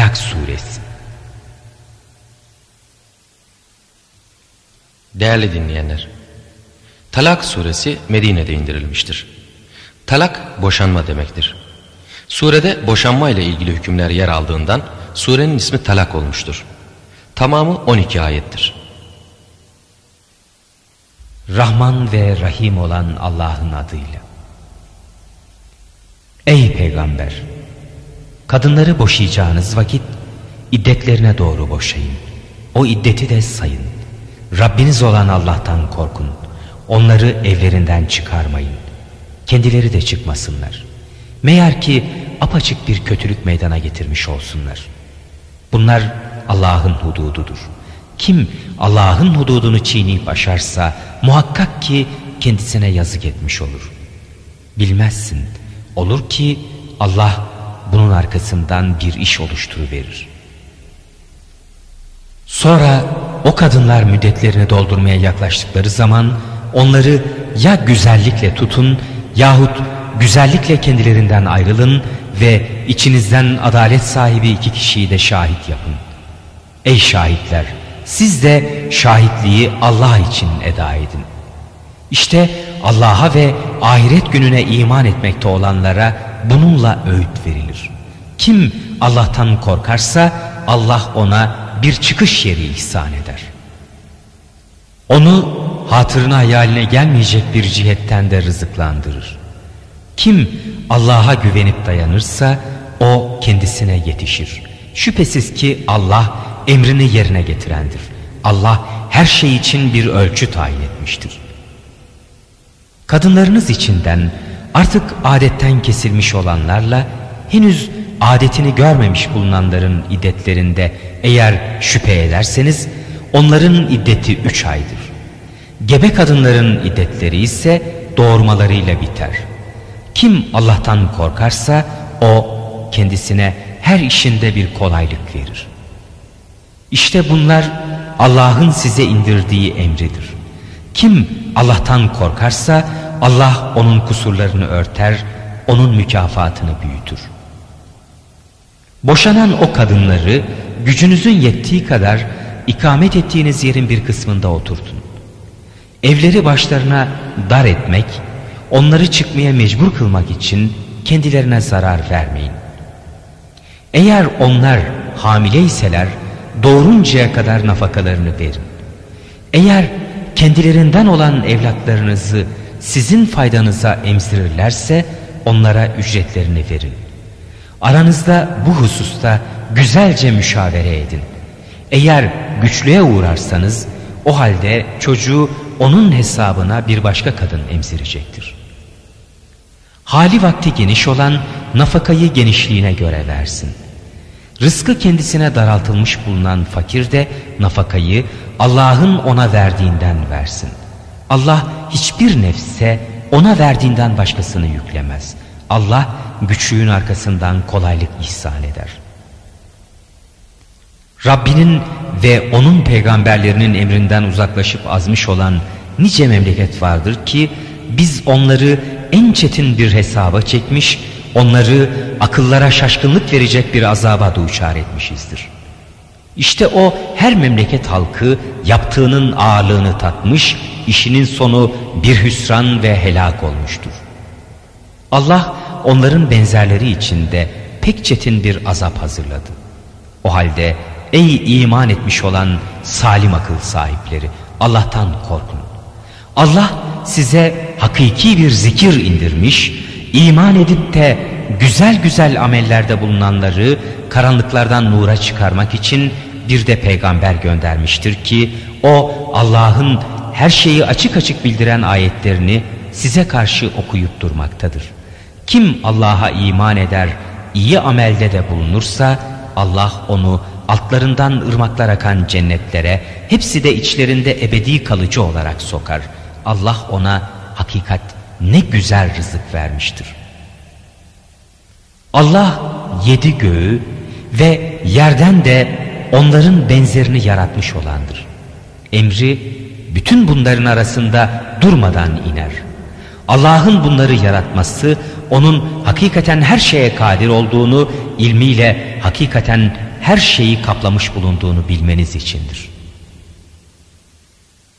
Talak Suresi. Değerli dinleyenler, Talak suresi Medine'de indirilmiştir. Talak boşanma demektir. Surede boşanma ile ilgili hükümler yer aldığından surenin ismi Talak olmuştur. Tamamı 12 ayettir. Rahman ve Rahim olan Allah'ın adıyla. Ey Peygamber! Kadınları boşayacağınız vakit iddetlerine doğru boşayın. O iddeti de sayın. Rabbiniz olan Allah'tan korkun. Onları evlerinden çıkarmayın. Kendileri de çıkmasınlar. Meğer ki apaçık bir kötülük meydana getirmiş olsunlar. Bunlar Allah'ın hudududur. Kim Allah'ın hududunu çiğneyip aşarsa muhakkak ki kendisine yazık etmiş olur. Bilmezsin. Olur ki Allah bunun arkasından bir iş oluşturuverir. Sonra o kadınlar müddetlerini doldurmaya yaklaştıkları zaman onları ya güzellikle tutun yahut güzellikle kendilerinden ayrılın ve içinizden adalet sahibi 2 kişiyi de şahit yapın. Ey şahitler! Siz de şahitliği Allah için eda edin. İşte Allah'a ve ahiret gününe iman etmekte olanlara bununla öğüt verilir. Kim Allah'tan korkarsa Allah ona bir çıkış yeri ihsan eder. Onu hatırına hayaline gelmeyecek bir cihetten de rızıklandırır. Kim Allah'a güvenip dayanırsa o kendisine yetişir. Şüphesiz ki Allah emrini yerine getirendir. Allah her şey için bir ölçü tayin etmiştir. Kadınlarınız içinden artık adetten kesilmiş olanlarla henüz adetini görmemiş bulunanların iddetlerinde eğer şüphe ederseniz onların iddeti 3 aydır. Gebe kadınların iddetleri ise doğurmalarıyla biter. Kim Allah'tan korkarsa o kendisine her işinde bir kolaylık verir. İşte bunlar Allah'ın size indirdiği emridir. Kim Allah'tan korkarsa Allah onun kusurlarını örter, onun mükafatını büyütür. Boşanan o kadınları gücünüzün yettiği kadar ikamet ettiğiniz yerin bir kısmında oturtun. Evleri başlarına dar etmek, onları çıkmaya mecbur kılmak için kendilerine zarar vermeyin. Eğer onlar hamileyseler doğuruncaya kadar nafakalarını verin. Eğer kendilerinden olan evlatlarınızı sizin faydanıza emzirirlerse onlara ücretlerini verin. Aranızda bu hususta güzelce müşavere edin. Eğer güçlüğe uğrarsanız o halde çocuğu onun hesabına bir başka kadın emzirecektir. Hali vakti geniş olan nafakayı genişliğine göre versin. Rızkı kendisine daraltılmış bulunan fakir de nafakayı Allah'ın ona verdiğinden versin. Allah hiçbir nefse ona verdiğinden başkasını yüklemez. Allah güçlüğün arkasından kolaylık ihsan eder. Rabbinin ve onun peygamberlerinin emrinden uzaklaşıp azmış olan nice memleket vardır ki biz onları en çetin bir hesaba çekmiş, onları akıllara şaşkınlık verecek bir azaba duçar etmişizdir. İşte o her memleket halkı yaptığının ağırlığını tatmış, işinin sonu bir hüsran ve helak olmuştur. Allah onların benzerleri için de pek çetin bir azap hazırladı. O halde ey iman etmiş olan salim akıl sahipleri, Allah'tan korkun. Allah size hakiki bir zikir indirmiş, iman edip de güzel güzel amellerde bulunanları karanlıklardan nura çıkarmak için bir de peygamber göndermiştir ki o Allah'ın her şeyi açık açık bildiren ayetlerini size karşı okuyup durmaktadır. Kim Allah'a iman eder, iyi amelde de bulunursa Allah onu altlarından ırmaklar akan cennetlere, hepsi de içlerinde ebedi kalıcı olarak sokar. Allah ona hakikat ne güzel rızık vermiştir. Allah 7 göğü ve yerden de onların benzerini yaratmış olandır. Emri bütün bunların arasında durmadan iner. Allah'ın bunları yaratması onun hakikaten her şeye kadir olduğunu, ilmiyle hakikaten her şeyi kaplamış bulunduğunu bilmeniz içindir.